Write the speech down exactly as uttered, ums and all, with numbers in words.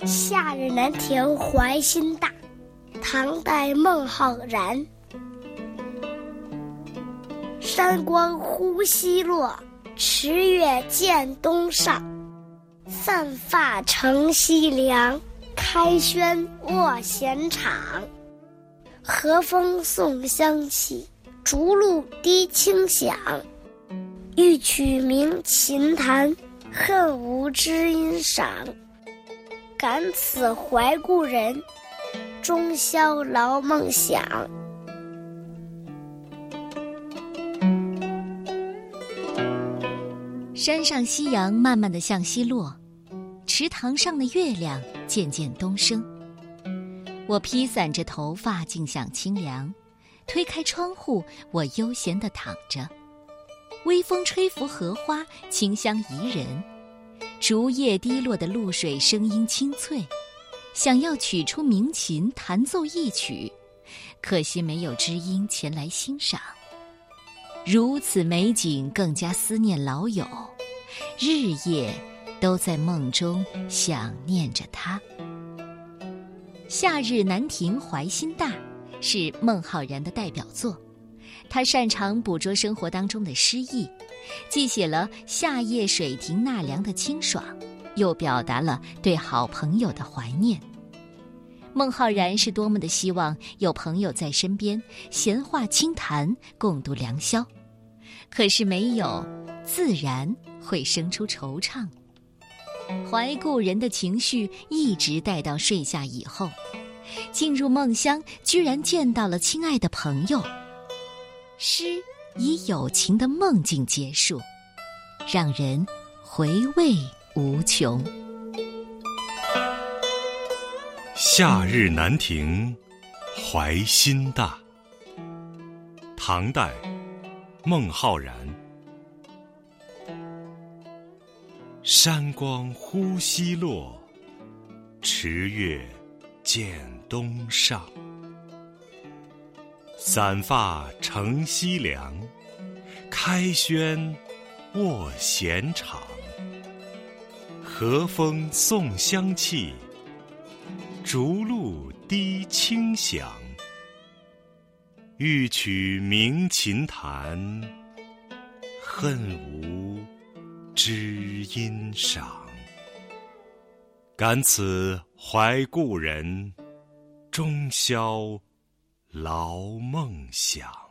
夏日南亭怀心大，唐代孟浩然。山光忽西落，池月见东上。散发乘西凉，开轩卧闲场。和风送香气，竹露滴清响。欲取鸣琴弹，恨无知音赏。感此怀故人，终宵劳梦想。 山上夕阳慢慢地向西落，池塘上的月亮渐渐东升。我披散着头发，尽享清凉。推开窗户，我悠闲地躺着。微风吹拂荷花，清香宜人。竹叶滴落的露水声音清脆，想要取出鸣琴弹奏一曲，可惜没有知音前来欣赏。如此美景，更加思念老友，日夜都在梦中想念着他。夏日南亭怀心大是孟浩然的代表作，他擅长捕捉生活当中的诗意，既写了夏夜水亭纳凉的清爽，又表达了对好朋友的怀念。孟浩然是多么的希望有朋友在身边，闲话轻谈，共度良宵。可是没有，自然会生出惆怅。怀故人的情绪一直带到睡下以后，进入梦乡，居然见到了亲爱的朋友。诗以友情的梦境结束，让人回味无穷。 夏日南亭怀心大，唐代孟浩然。山光忽西落，池月见东上。散发乘西凉，开轩卧闲场。和风送香气，竹露滴清响。欲取鸣琴弹，恨无知音赏。感此怀故人，终宵劳梦想。